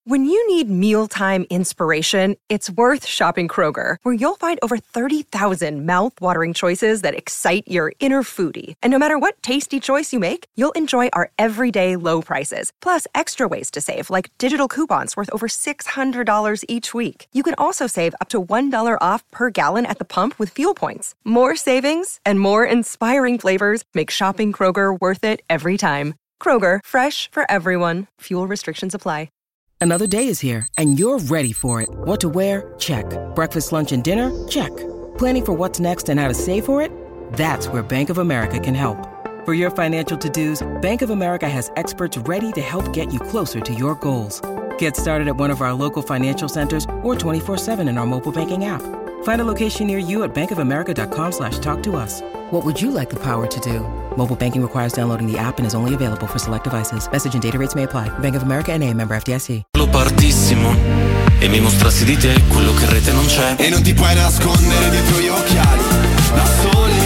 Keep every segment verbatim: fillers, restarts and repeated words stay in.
When you need mealtime inspiration, it's worth shopping Kroger, where you'll find over thirty thousand mouth-watering choices that excite your inner foodie. And no matter what tasty choice you make, you'll enjoy our everyday low prices, plus extra ways to save, like digital coupons worth over six hundred dollars each week. You can also save up to one dollar off per gallon at the pump with fuel points. More savings and more inspiring flavors make shopping Kroger worth it every time. Kroger, fresh for everyone. Fuel restrictions apply. Another day is here, and you're ready for it. What to wear? Check. Breakfast, lunch, and dinner? Check. Planning for what's next and how to save for it? That's where Bank of America can help. For your financial to-dos, Bank of America has experts ready to help get you closer to your goals. Get started at one of our local financial centers or twenty-four seven in our mobile banking app. Find a location near you at bankofamerica.com slash talk to us. What would you like the power to do? Mobile banking requires downloading the app and is only available for select devices. Message and data rates may apply. Bank of America N A, member F D I C. Lo partissimo e mi mostrassi di te quello che in rete non c'è. E non ti puoi nascondere dietro gli occhiali. Da sole,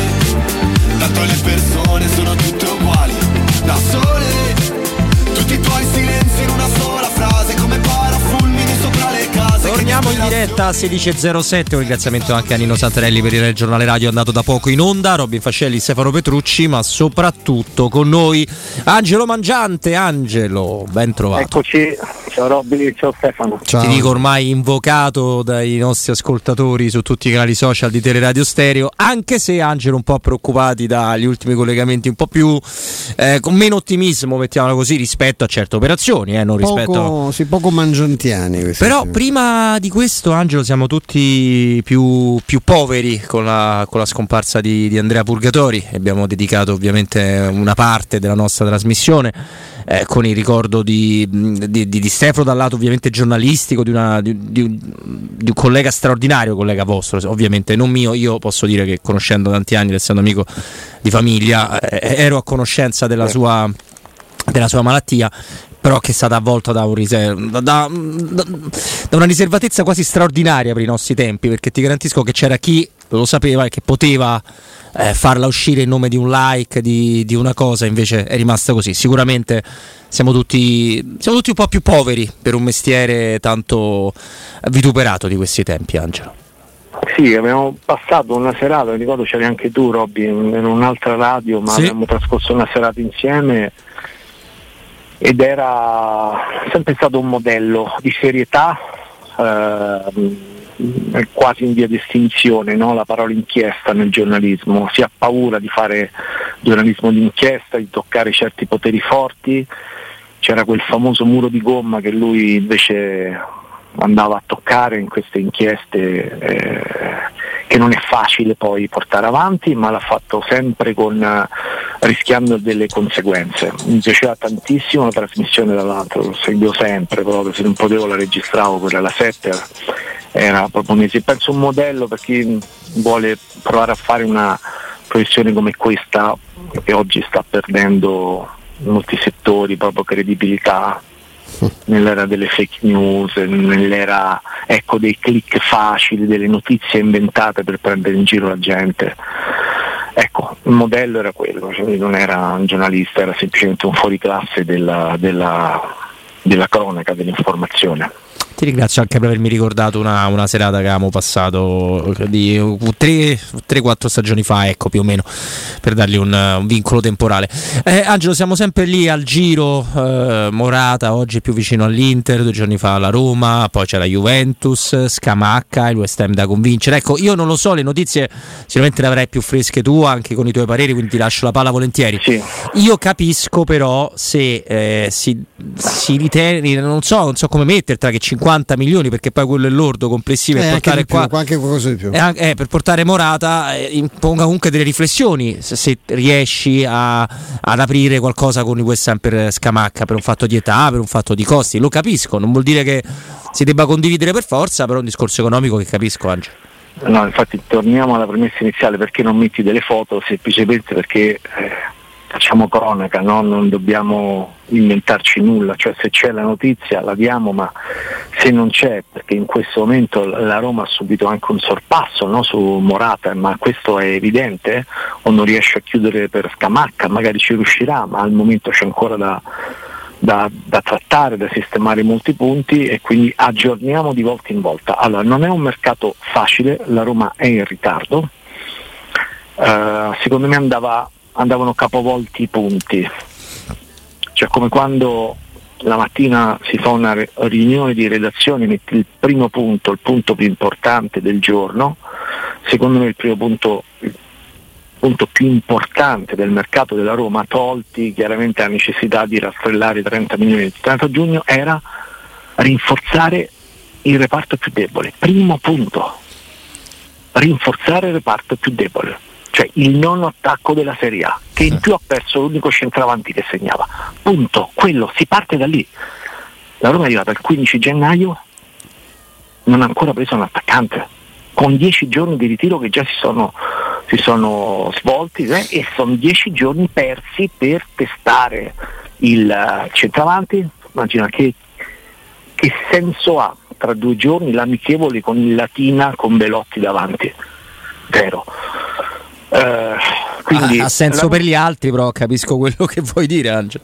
tanto le persone sono tutte uguali. Da sole, tutti i tuoi silenzi in una sola frase, come parafulmini sopra le case. Torniamo in diretta a sedici e zero sette. Un ringraziamento anche a Nino Santarelli per il giornale radio andato da poco in onda, Robin Fascelli, Stefano Petrucci, ma soprattutto con noi Angelo Mangiante. Angelo, ben trovato. Eccoci, ciao Robin, ciao Stefano. Ciao. Ti dico ormai invocato dai nostri ascoltatori su tutti i canali social di Teleradio Stereo, anche se Angelo un po' preoccupati dagli ultimi collegamenti, un po' più eh, con meno ottimismo, mettiamolo così, rispetto a certe operazioni, eh, non poco, rispetto... sì, poco mangiantiani. Però sì. Prima di questo, Angelo, siamo tutti più, più poveri con la, con la scomparsa di, di Andrea Purgatori. Abbiamo dedicato ovviamente una parte della nostra trasmissione eh, con il ricordo di, di, di, di Stefano dal lato ovviamente giornalistico, di, una, di, di, un, di un collega straordinario, collega vostro, ovviamente non mio. Io posso dire che, conoscendo tanti anni, essendo amico di famiglia, eh, ero a conoscenza della sua, della sua malattia, però che è stata avvolta da, un riserv- da, da, da una riservatezza quasi straordinaria per i nostri tempi, perché ti garantisco che c'era chi lo sapeva e che poteva eh, farla uscire in nome di un like, di, di una cosa, invece è rimasta così. Sicuramente siamo tutti, siamo tutti un po' più poveri per un mestiere tanto vituperato di questi tempi, Angelo. Sì, abbiamo passato una serata, mi ricordo c'eri anche tu, Robin, in un'altra radio, ma sì, abbiamo trascorso una serata insieme ed era sempre stato un modello di serietà, eh, quasi in via di estinzione, no? La parola inchiesta nel giornalismo, si ha paura di fare giornalismo di inchiesta, di toccare certi poteri forti. C'era quel famoso muro di gomma che lui invece andava a toccare in queste inchieste, eh, che non è facile poi portare avanti, ma l'ha fatto sempre con eh, rischiando delle conseguenze. Mi piaceva tantissimo la trasmissione, dall'altro lo seguivo sempre, proprio se non potevo la registravo, quella alla sette, era proprio un, penso un modello per chi vuole provare a fare una professione come questa, che oggi sta perdendo in molti settori proprio credibilità, nell'era delle fake news, nell'era ecco dei click facili, delle notizie inventate per prendere in giro la gente. Ecco, il modello era quello, cioè non era un giornalista, era semplicemente un fuoriclasse della, della, della cronaca, dell'informazione. Ti ringrazio anche per avermi ricordato una, una serata che avevamo passato di tre quattro stagioni fa, ecco, più o meno, per dargli un, un vincolo temporale. Eh, Angelo, siamo sempre lì al giro, eh, Morata oggi è più vicino all'Inter, due giorni fa alla Roma, poi c'è la Juventus, Scamacca, il West Ham da convincere. Ecco, io non lo so, le notizie sicuramente le avrai più fresche tu, anche con i tuoi pareri, quindi ti lascio la palla volentieri. Sì. Io capisco però se eh, si, si ritiene, non so, non so come metterla, che cinquanta milioni, perché poi quello è lordo complessivo, eh, per portare più, qua qualche qualcosa di più. Eh, eh, per portare Morata eh, imponga comunque delle riflessioni, se, se riesci a, ad aprire qualcosa con i West Ham per Scamacca, per un fatto di età, per un fatto di costi. Lo capisco, non vuol dire che si debba condividere per forza, però è un discorso economico che capisco, Angelo. No, infatti torniamo alla premessa iniziale, perché non metti delle foto? Semplicemente perché eh, facciamo cronaca, no? Non dobbiamo inventarci nulla, cioè se c'è la notizia la diamo, ma se non c'è, perché in questo momento la Roma ha subito anche un sorpasso, no? Su Morata, ma questo è evidente, o non riesce a chiudere per Scamacca, magari ci riuscirà, ma al momento c'è ancora da, da, da trattare, da sistemare molti punti, e quindi aggiorniamo di volta in volta. Allora, non è un mercato facile, la Roma è in ritardo, uh, secondo me andava, andavano capovolti i punti, cioè come quando la mattina si fa una re- riunione di redazione, metti il primo punto, il punto più importante del giorno. Secondo me il primo punto, il punto più importante del mercato della Roma, tolti chiaramente la necessità di rastrellare trenta milioni il trenta giugno, era rinforzare il reparto più debole. Primo punto, rinforzare il reparto più debole, cioè il nono attacco della Serie A, che in più ha perso l'unico centravanti che segnava. Punto, quello, si parte da lì. La Roma è arrivata il quindici gennaio, non ha ancora preso un attaccante, con dieci giorni di ritiro che già si sono, si sono svolti, eh, e sono dieci giorni persi per testare il uh, centravanti. Immagina che, che senso ha tra due giorni l'amichevole con il Latina con Belotti davanti? Zero. Uh, quindi, ha, ha senso la... per gli altri, però capisco quello che vuoi dire, Angelo.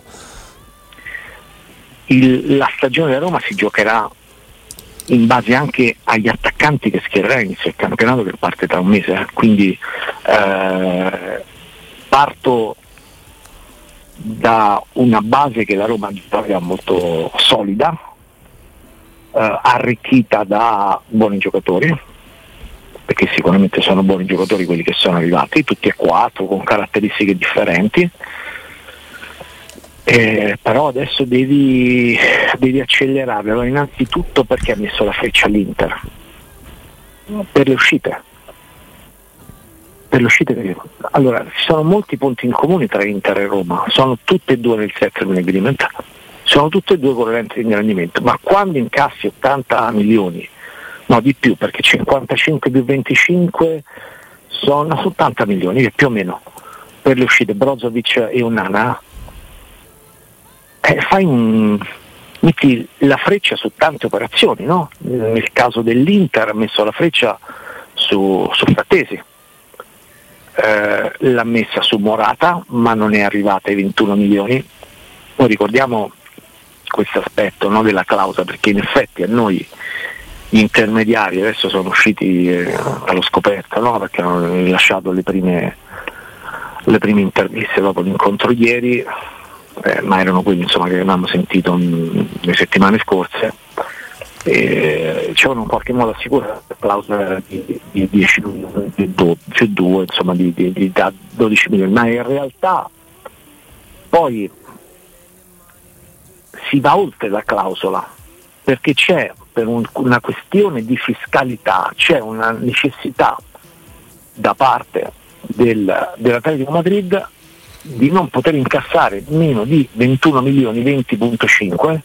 Il, la stagione della Roma si giocherà in base anche agli attaccanti che schiererà inizio il campionato, che parte tra un mese, eh. quindi eh, parto da una base che la Roma è molto solida, eh, arricchita da buoni giocatori, perché sicuramente sono buoni giocatori quelli che sono arrivati, tutti e quattro con caratteristiche differenti. Eh, però adesso devi, devi accelerare. Allora, innanzitutto perché ha messo la freccia all'Inter? Per le uscite. Per le uscite. Allora, ci sono molti punti in comune tra Inter e Roma, sono tutte e due nel settlement agreement, sono tutte e due correnti di ingrandimento, ma quando incassi ottanta milioni, no di più, perché cinquantacinque più venticinque sono ottanta milioni, che più o meno per le uscite, Brozovic e Onana. Eh, fai un, metti la freccia su tante operazioni, no? Nel caso dell'Inter ha messo la freccia su, su Frattesi, eh, l'ha messa su Morata, ma non è arrivata ai ventuno milioni. Poi ricordiamo questo aspetto, no, della clausola, perché in effetti a noi gli intermediari adesso sono usciti eh, allo scoperto, no? Perché hanno rilasciato le prime, le prime interviste dopo l'incontro ieri. Eh, ma erano quelli, insomma, che avevamo sentito mh, le settimane scorse, e ci hanno in qualche modo assicurato la clausola di, di dieci milioni più due, insomma di, di, di da dodici milioni, ma in realtà poi si va oltre la clausola, perché c'è, per un, una questione di fiscalità, c'è una necessità da parte del, dell'Atletico Madrid di non poter incassare meno di ventuno milioni, venti virgola cinque,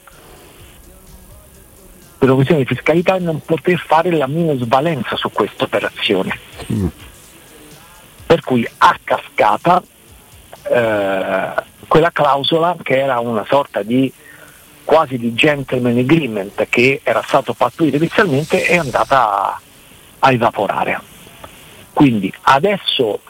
per una questione di fiscalità, e non poter fare la minusvalenza su questa operazione. Mm. Per cui a cascata eh, quella clausola, che era una sorta di quasi di gentleman agreement che era stato pattuito inizialmente, è andata a, a evaporare. Quindi adesso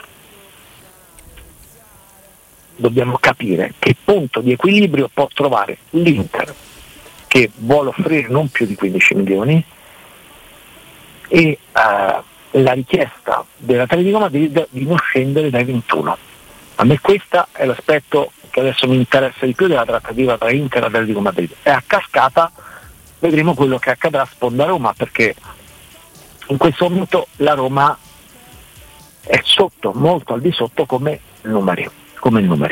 dobbiamo capire che punto di equilibrio può trovare l'Inter, che vuole offrire non più di quindici milioni, e eh, la richiesta dell'Atletico Madrid di non scendere dai ventuno. A me questo è l'aspetto che adesso mi interessa di più della trattativa tra Inter e Atletico Madrid, e a cascata vedremo quello che accadrà a sponda Roma, perché in questo momento la Roma è sotto, molto al di sotto come numeri. come numeri.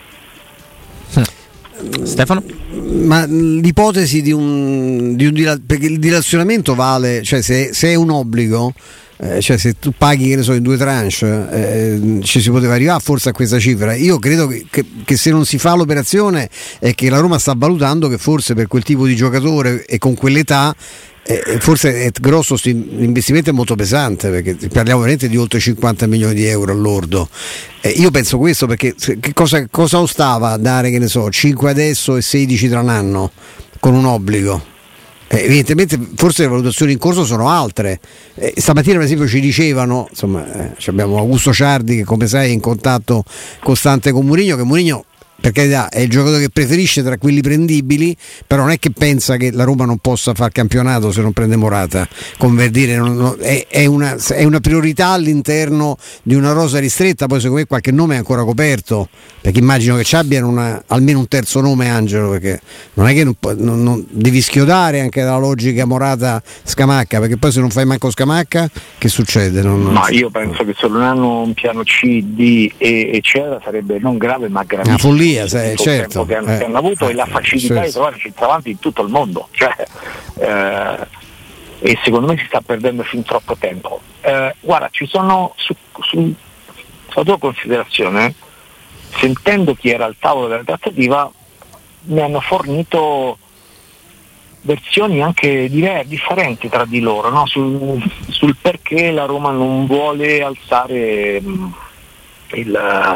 Stefano? Ma l'ipotesi di un, di un dila- perché il dilazionamento vale, cioè se, se è un obbligo, eh, cioè se tu paghi, che ne so, in due tranche, eh, ci si poteva arrivare forse a questa cifra. Io credo che, che, che se non si fa l'operazione è che la Roma sta valutando che forse per quel tipo di giocatore e con quell'età Eh, forse è grosso, l'investimento è molto pesante, perché parliamo veramente di oltre cinquanta milioni di euro all'ordo. Eh, io penso questo, perché che cosa, cosa ostava a dare, che ne so, cinque adesso e sedici tra un anno con un obbligo? Eh, evidentemente forse le valutazioni in corso sono altre. Eh, stamattina per esempio ci dicevano, insomma, eh, abbiamo Augusto Ciardi che come sai è in contatto costante con Mourinho, che Mourinho per carità è il giocatore che preferisce tra quelli prendibili, però non è che pensa che la Roma non possa far campionato se non prende Morata, come per dire non, non, è, è, una, è una priorità all'interno di una rosa ristretta. Poi secondo me qualche nome è ancora coperto, perché immagino che ci abbiano una, almeno un terzo nome, Angelo, perché non è che non, non, non devi schiodare anche dalla logica Morata Scamacca, perché poi se non fai manco Scamacca che succede? Non, non ma io penso che se non hanno un piano C, D e eccetera sarebbe non grave ma gravissimo. Una follia, sai, certo. Che hanno, eh, che hanno avuto eh, e la facilità certo. di trovare centravanti in tutto il mondo, cioè, eh, e secondo me si sta perdendo fin troppo tempo. Eh, guarda, ci sono su, su, sulla tua considerazione, sentendo chi era al tavolo della trattativa, mi hanno fornito versioni anche diverse, differenti tra di loro, no? sul, sul perché la Roma non vuole alzare mh, il,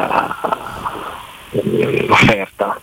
uh, l'offerta.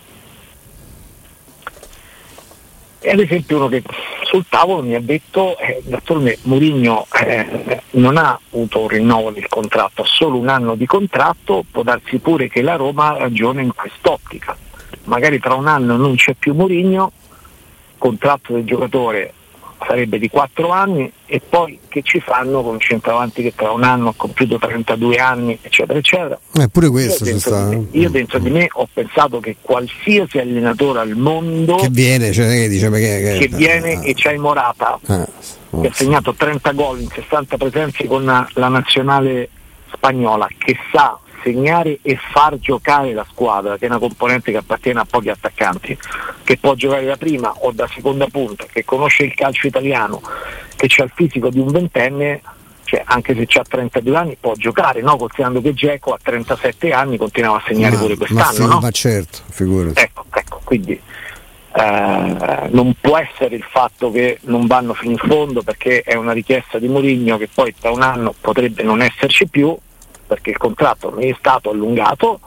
E ad esempio uno che sul tavolo mi ha detto eh, d'altronde Mourinho eh, non ha avuto un rinnovo del contratto, ha solo un anno di contratto, può darsi pure che la Roma ragiona in quest'ottica, magari tra un anno non c'è più Mourinho, contratto del giocatore sarebbe di quattro anni e poi che ci fanno con un centravanti che tra un anno ha compiuto trentadue anni eccetera eccetera. Eh, pure questo io, dentro sta... di me, io dentro di me ho pensato che qualsiasi allenatore al mondo che viene, cioè, che, dice, perché, che che, viene ah, e c'hai Morata ah, oh, che ha segnato trenta gol in sessanta presenze con la nazionale spagnola, che sa segnare e far giocare la squadra, che è una componente che appartiene a pochi attaccanti, che può giocare da prima o da seconda punta, che conosce il calcio italiano, che c'ha il fisico di un ventenne, cioè anche se c'ha trentadue anni può giocare, no? Considerando che Dzeko a trentasette anni continuava a segnare ma, pure quest'anno, ma fi- no? Ma certo, figurati. Ecco, ecco, quindi eh, non può essere il fatto che non vanno fino in fondo perché è una richiesta di Mourinho che poi tra un anno potrebbe non esserci più, perché il contratto non è stato allungato,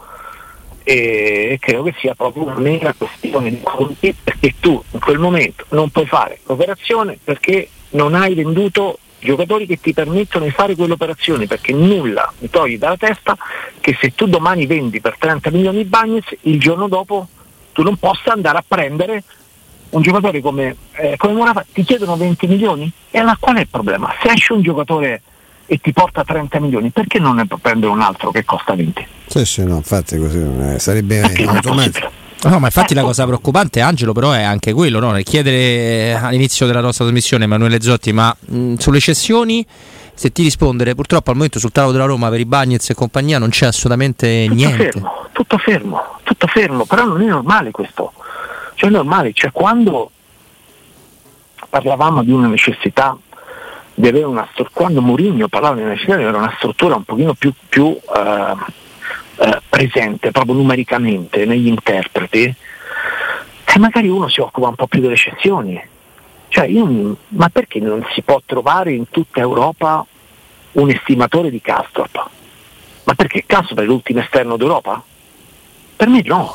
e credo che sia proprio una mera questione di conti, perché tu in quel momento non puoi fare l'operazione perché non hai venduto giocatori che ti permettono di fare quell'operazione, perché nulla mi togli dalla testa che se tu domani vendi per trenta milioni di Bagnez, il giorno dopo tu non possa andare a prendere un giocatore come, eh, come Morata. Ti chiedono venti milioni? E allora qual è il problema? Se esce un giocatore e ti porta trenta milioni, perché non ne può prendere un altro che costa venti? Sì, sì, no, infatti così eh, sarebbe automatico. No, ma infatti ecco. La cosa preoccupante, Angelo, però è anche quello, no? Nel chiedere all'inizio della nostra trasmissione Emanuele Zotti, ma mh, sulle cessioni, se ti rispondere, purtroppo al momento sul tavolo della Roma per i Bagnez e compagnia non c'è assolutamente tutto niente. Fermo, tutto fermo, tutto fermo, però non è normale questo. Cioè è normale, cioè quando parlavamo di una necessità di avere una struttura, quando Mourinho parlava di una necessità di avere una struttura un pochino più, più uh, uh, presente proprio numericamente negli interpreti, che magari uno si occupa un po' più delle cessioni. Cioè io, ma perché non si può trovare in tutta Europa un estimatore di Kastrop? Ma perché Kastrop è l'ultimo esterno d'Europa? Per me no.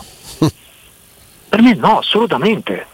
Per me no, assolutamente.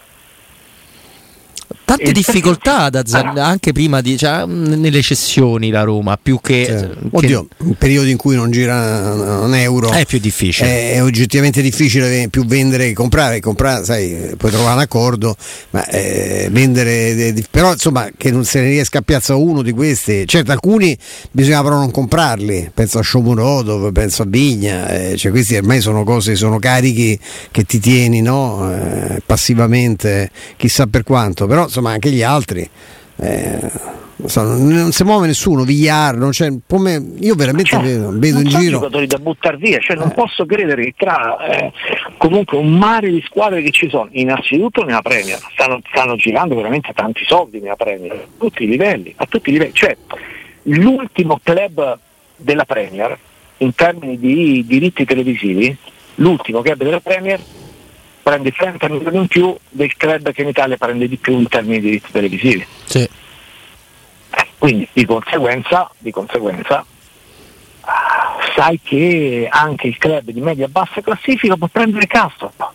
Tante difficoltà da Zan- anche prima di, cioè, nelle cessioni la Roma, più che, cioè, che oddio, un periodo in cui non gira un euro è più difficile, è, è oggettivamente difficile più vendere che comprare. Comprare, sai, puoi trovare un accordo, ma eh, vendere eh, però insomma che non se ne riesca a piazza uno di questi, certo alcuni bisogna però non comprarli, penso a Shomurodov, penso a Vigna, eh, cioè questi ormai sono cose, sono carichi che ti tieni, no? Eh, passivamente chissà per quanto, però insomma anche gli altri eh, so, non si muove nessuno, Villar non c'è, come, io veramente cioè, vedo, vedo in giro giocatori da buttare via, cioè eh. non posso credere che tra eh, comunque un mare di squadre che ci sono innanzitutto nella Premier stanno, stanno girando veramente tanti soldi nella Premier a tutti i livelli, a tutti i livelli, cioè l'ultimo club della Premier in termini di diritti televisivi, l'ultimo club della Premier prende trenta milioni in più del club che in Italia prende di più in termini di diritti televisivi. Sì. Eh, quindi di conseguenza, di conseguenza uh, sai che anche il club di media bassa classifica può prendere Kastrop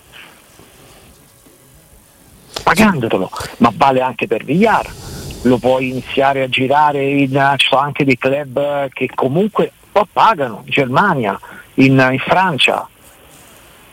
pagandotelo, ma vale anche per Villar, lo puoi iniziare a girare in, ci sono anche dei club che comunque poi pagano, in Germania, in, in Francia.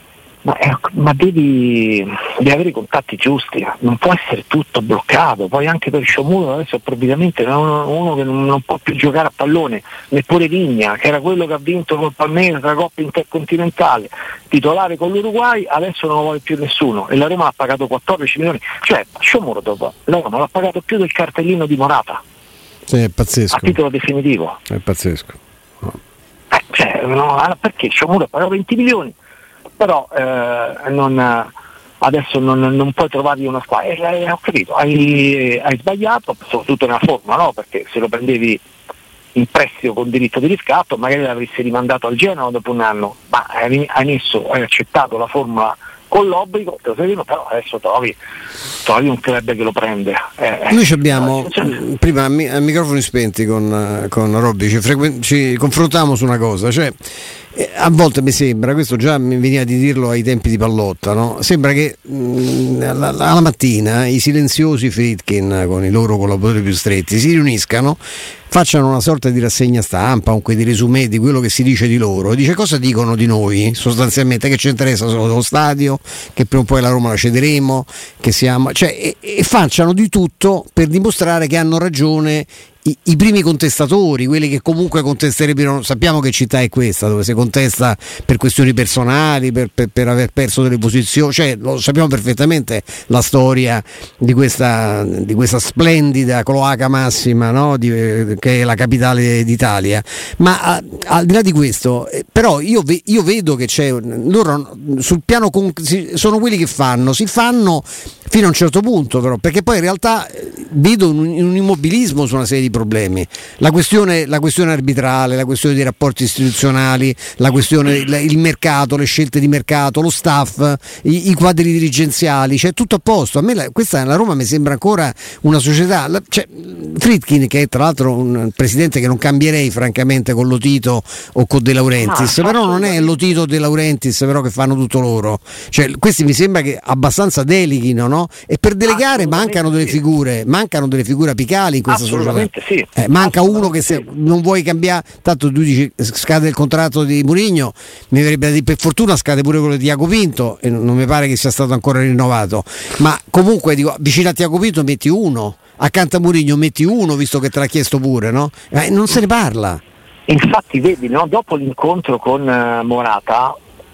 Ma, eh, ma devi, devi avere i contatti giusti, non può essere tutto bloccato. Poi anche per Sciomuro adesso provvisamente uno, uno che non, non può più giocare a pallone, neppure Vigna, che era quello che ha vinto col Palmeiras la Coppa Intercontinentale, titolare con l'Uruguay, adesso non lo vuole più nessuno e la Roma ha pagato quattordici milioni, cioè Sciomuro dopo la Roma l'ha pagato più del cartellino di Morata. Sì, è pazzesco. A titolo definitivo. È pazzesco. No. Eh, cioè, no, perché Sciomuro ha pagato venti milioni? Però eh, non, adesso non, non puoi trovargli una squadra. Eh, eh, ho capito, hai, hai sbagliato, soprattutto nella forma, no? Perché se lo prendevi in prestito con diritto di riscatto magari l'avresti rimandato al Genoa dopo un anno, ma hai, hai messo, hai accettato la formula con l'obbligo, te lo sei detto, però adesso trovi, trovi un club che lo prende. Eh, Noi ci abbiamo, eh, prima a, mi, a microfoni spenti con, con Robby, ci, frequen- ci confrontiamo su una cosa, cioè eh, a volte mi sembra, questo già mi veniva di dirlo ai tempi di Pallotta, no? Sembra che mh, alla, alla mattina i silenziosi Friedkin con i loro collaboratori più stretti si riuniscano, facciano una sorta di rassegna stampa, comunque di resumé di quello che si dice di loro, dice cosa dicono di noi sostanzialmente, che ci interessa solo dello stadio, che prima o poi la Roma la cederemo, che siamo, cioè, e, e facciano di tutto per dimostrare che hanno ragione i, i primi contestatori, quelli che comunque contesterebbero. Sappiamo che città è questa dove si contesta per questioni personali, per, per, per aver perso delle posizioni, cioè lo sappiamo perfettamente la storia di questa, di questa splendida cloaca massima, no? Di, che è la capitale d'Italia, ma a, al di là di questo eh, però io, ve, io vedo che c'è loro sul piano con, si, sono quelli che fanno si fanno fino a un certo punto, però, perché poi in realtà eh, vedo un, un immobilismo su una serie di problemi, la questione, la questione arbitrale, la questione dei rapporti istituzionali, la questione il mercato, le scelte di mercato, lo staff, i, i quadri dirigenziali, cioè tutto a posto. A me la, questa la Roma mi sembra ancora una società, la, cioè, Friedkin, che è tra l'altro un presidente che non cambierei francamente con Lotito o con De Laurentiis, ah, però non è Lotito o De Laurentiis però che fanno tutto loro, cioè questi mi sembra che abbastanza deleghino, no? E per delegare mancano delle figure, mancano delle figure apicali in questa società. Sì, eh, manca uno che se non vuoi cambiare, tanto tu dici scade il contratto di Mourinho, mi verrebbe da dire per fortuna scade pure quello di Tiago Pinto e non mi pare che sia stato ancora rinnovato, ma comunque dico, vicino a Tiago Pinto metti uno, accanto a Mourinho metti uno, visto che te l'ha chiesto pure, no? Eh, non se ne parla. Infatti vedi, no? Dopo l'incontro con uh, Morata uh,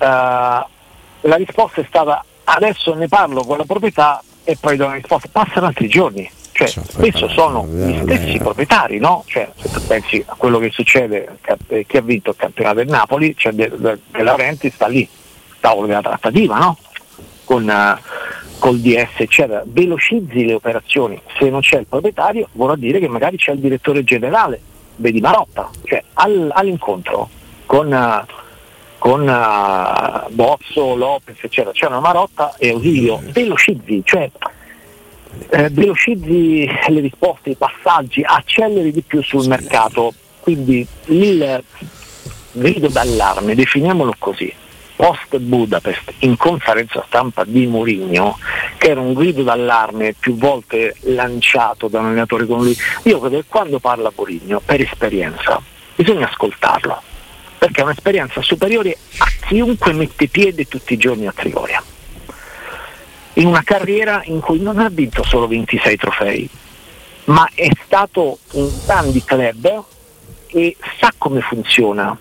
la risposta è stata adesso ne parlo con la proprietà e poi do una risposta, passano altri giorni. Cioè, spesso sono gli stessi proprietari, no? Cioè, se tu pensi a quello che succede, chi ha vinto il campionato del Napoli, cioè De, De, De Laurentiis sta lì, tavolo della trattativa, no? Con uh, col D S eccetera, velocizzi le operazioni. Se non c'è il proprietario vorrà dire che magari c'è il direttore generale, vedi Marotta, cioè al, all'incontro con uh, con uh, Bozzo, Lopez eccetera, c'è una Marotta e Ausilio, velocizzi, cioè Eh, velocizzi le risposte, i passaggi, acceleri di più sul mercato. Quindi il grido d'allarme, definiamolo così, post Budapest in conferenza stampa di Mourinho, che era un grido d'allarme più volte lanciato da un allenatore con lui, io credo che quando parla Mourinho per esperienza bisogna ascoltarlo, perché è un'esperienza superiore a chiunque mette piede tutti i giorni a Trigoria, in una carriera in cui non ha vinto solo ventisei trofei, ma è stato un grande club e sa come funziona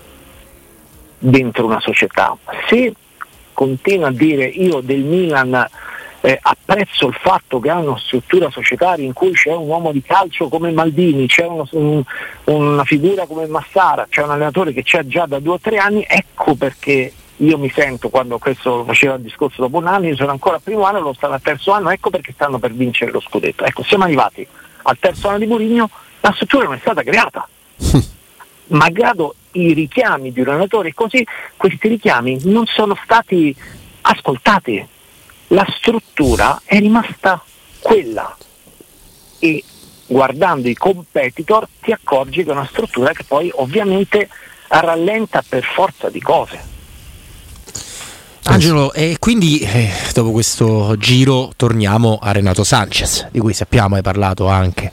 dentro una società. Se continua a dire io del Milan eh, apprezzo il fatto che ha una struttura societaria in cui c'è un uomo di calcio come Maldini, c'è uno, un, una figura come Massara, c'è un allenatore che c'è già da due o tre anni, ecco perché io mi sento, quando questo faceva il discorso dopo un anno, io sono ancora al primo anno, lo stanno al terzo anno, ecco perché stanno per vincere lo scudetto. Ecco, siamo arrivati al terzo anno di Mourinho, la struttura non è stata creata. Malgrado i richiami di un allenatore così, questi richiami non sono stati ascoltati. La struttura è rimasta quella e guardando i competitor ti accorgi che è una struttura che poi ovviamente rallenta per forza di cose. Angelo, e quindi eh, dopo questo giro torniamo a Renato Sanchez, di cui sappiamo hai parlato anche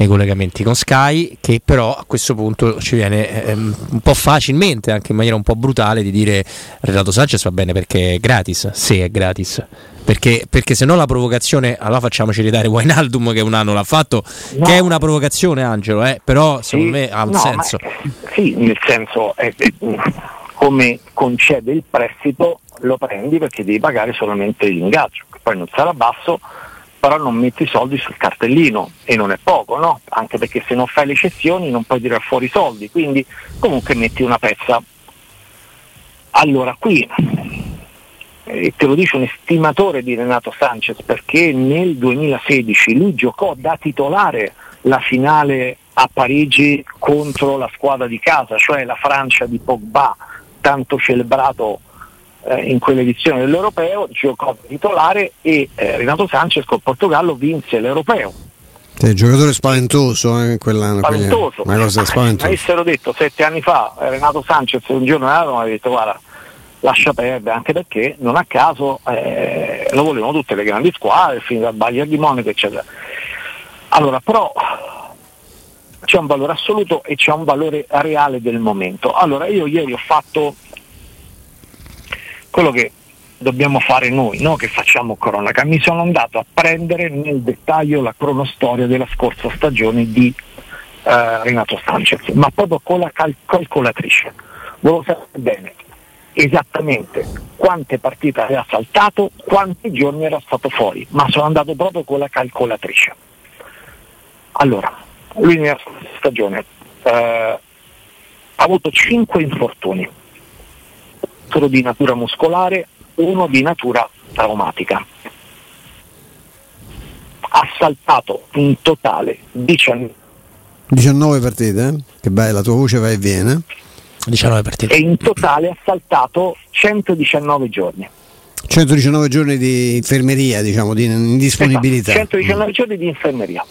nei collegamenti con Sky, che però a questo punto ci viene ehm, un po' facilmente, anche in maniera un po' brutale, di dire Renato Sanchez va bene perché è gratis, se è gratis. Perché, perché se no la provocazione, allora facciamoci ridare Wijnaldum che un anno l'ha fatto, no. Che è una provocazione, Angelo, eh? Però secondo sì, me ha un no, senso. Ma, sì, nel senso è, è, come concede il prestito lo prendi perché devi pagare solamente l'ingaggio, che poi non sarà basso, però non metti i soldi sul cartellino e non è poco, no? Anche perché se non fai le cessioni non puoi tirare fuori i soldi, quindi comunque metti una pezza. Allora qui e te lo dice un estimatore di Renato Sanchez, perché nel duemilasedici lui giocò da titolare la finale a Parigi contro la squadra di casa, cioè la Francia di Pogba, tanto celebrato eh, in quell'edizione dell'Europeo, giocò da titolare e eh, Renato Sanchez col Portogallo vinse l'Europeo. Sì, il giocatore spaventoso, eh, quell'anno, spaventososo. Una cosa spaventosa. Mi avessero detto sette anni fa eh, Renato Sanchez un giorno mi aveva detto guarda, lascia perdere, anche perché non a caso eh, lo volevano tutte le grandi squadre, fino dal Bayern di Monaco eccetera. Allora però c'è un valore assoluto e c'è un valore reale del momento. Allora io ieri ho fatto quello che dobbiamo fare noi, no? Che facciamo cronaca, mi sono andato a prendere nel dettaglio la cronostoria della scorsa stagione di eh, Renato Sanchez, ma proprio con la cal- calcolatrice. Volevo sapere bene esattamente quante partite aveva saltato, quanti giorni era stato fuori, ma sono andato proprio con la calcolatrice. Allora, lui nella stagione eh, ha avuto cinque infortuni, uno di natura muscolare, uno di natura traumatica. Ha saltato in totale diciannove diciannove partite, eh? Che bella, la tua voce va e viene. diciannove partite. E in totale ha saltato centodiciannove giorni. centodiciannove giorni di infermeria, diciamo, di indisponibilità. Esatto, centodiciannove mm. giorni di infermeria.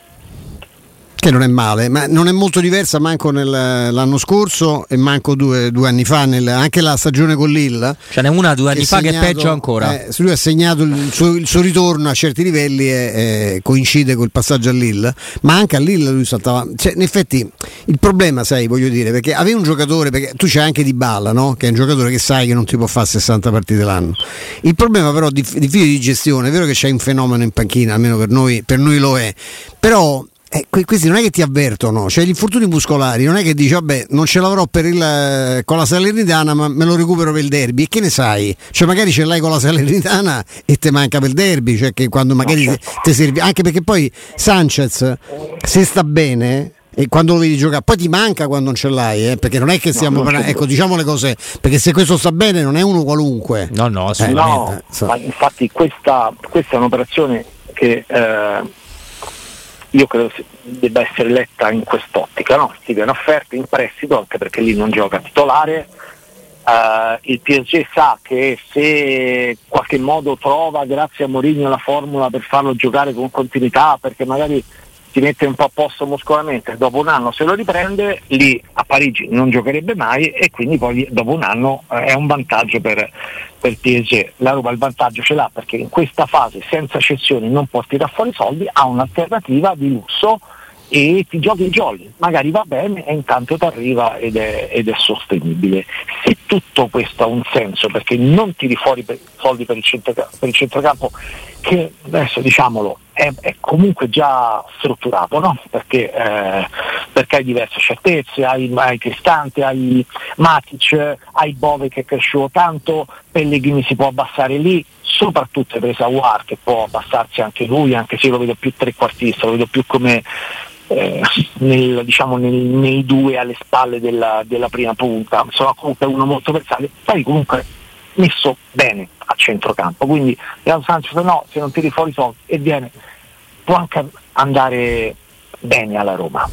Che non è male, ma non è molto diversa manco nel, l'anno scorso e manco due, due anni fa, nel, anche la stagione con Lille. Ce n'è una due anni fa segnato, che è peggio ancora. Eh, lui ha segnato il suo, il suo ritorno a certi livelli e eh, coincide col passaggio a Lille, ma anche a Lille lui saltava. Cioè, in effetti il problema, sai, voglio dire, perché avevi un giocatore, perché tu c'hai anche Dybala, no? Che è un giocatore che sai che non ti può fare sessanta partite l'anno. Il problema però di, di figlio di gestione, è vero che c'hai un fenomeno in panchina, almeno per noi, per noi lo è, però Eh, questi non è che ti avvertono, cioè gli infortuni muscolari non è che dici vabbè non ce l'avrò per il, con la Salernitana ma me lo recupero per il derby, e che ne sai, cioè magari ce l'hai con la Salernitana e te manca per il derby, cioè che quando magari ti serve, anche perché poi Sanchez se sta bene e quando lo vedi giocare poi ti manca quando non ce l'hai, eh, perché non è che stiamo no, parlando, ecco, diciamo le cose, perché se questo sta bene non è uno qualunque, no no assolutamente. Eh, no, so. Ma infatti questa, questa è un'operazione che eh, io credo debba essere letta in quest'ottica, no? Ti viene offerta in prestito anche perché lì non gioca titolare, uh, il P S G sa che se in qualche modo trova grazie a Mourinho la formula per farlo giocare con continuità, perché magari si mette un po' a posto muscolarmente, dopo un anno se lo riprende, lì a Parigi non giocherebbe mai e quindi poi dopo un anno eh, è un vantaggio per, per il P S G. La Roma il vantaggio ce l'ha perché in questa fase senza cessioni non può tirare fuori soldi, ha un'alternativa di lusso e ti giochi i jolly, magari va bene e intanto ti arriva ed è, ed è sostenibile. Se tutto questo ha un senso, perché non tiri fuori per, soldi per il, centro, per il centrocampo, che adesso diciamolo è, è comunque già strutturato, no? Perché, eh, perché hai diverse certezze, hai, hai Cristante, hai Matic, hai Bove che è cresciuto tanto, Pellegrini si può abbassare lì, soprattutto hai preso Aouar che può abbassarsi anche lui, anche se io lo vedo più trequartista, lo vedo più come eh, nel, diciamo nel, nei due alle spalle della, della prima punta, insomma comunque uno molto versatile, poi comunque messo bene a centrocampo, quindi Renato Sanchez no, se non tiri fuori soldi e viene, può anche andare bene alla Roma.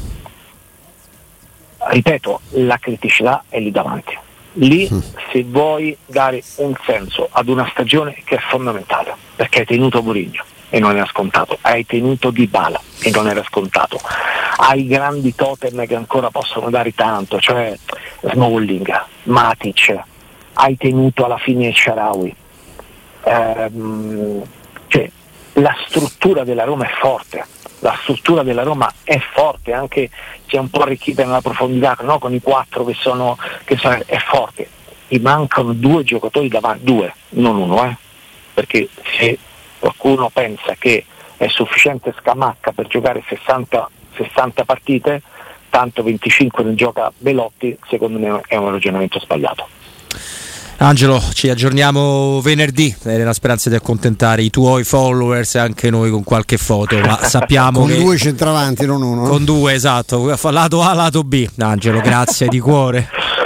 Ripeto, la criticità è lì davanti, lì se vuoi dare un senso ad una stagione che è fondamentale, perché hai tenuto Mourinho e non era scontato, hai tenuto Dybala e non era scontato, hai grandi totem che ancora possono dare tanto, cioè Smalling, Matic, hai tenuto alla fine il Shaarawy, ehm, cioè la struttura della Roma è forte, la struttura della Roma è forte, anche se è un po' arricchita nella profondità, no? Con i quattro che sono, che sono è forte. Gli mancano due giocatori davanti, due, non uno, eh? Perché se qualcuno pensa che è sufficiente Scamacca per giocare sessanta, sessanta partite, tanto venticinque ne gioca Belotti, secondo me è un ragionamento sbagliato. Angelo, ci aggiorniamo venerdì nella speranza di accontentare i tuoi followers e anche noi con qualche foto, ma sappiamo con che due centravanti, non uno. Con due, esatto, lato A, lato B. Angelo, grazie di cuore.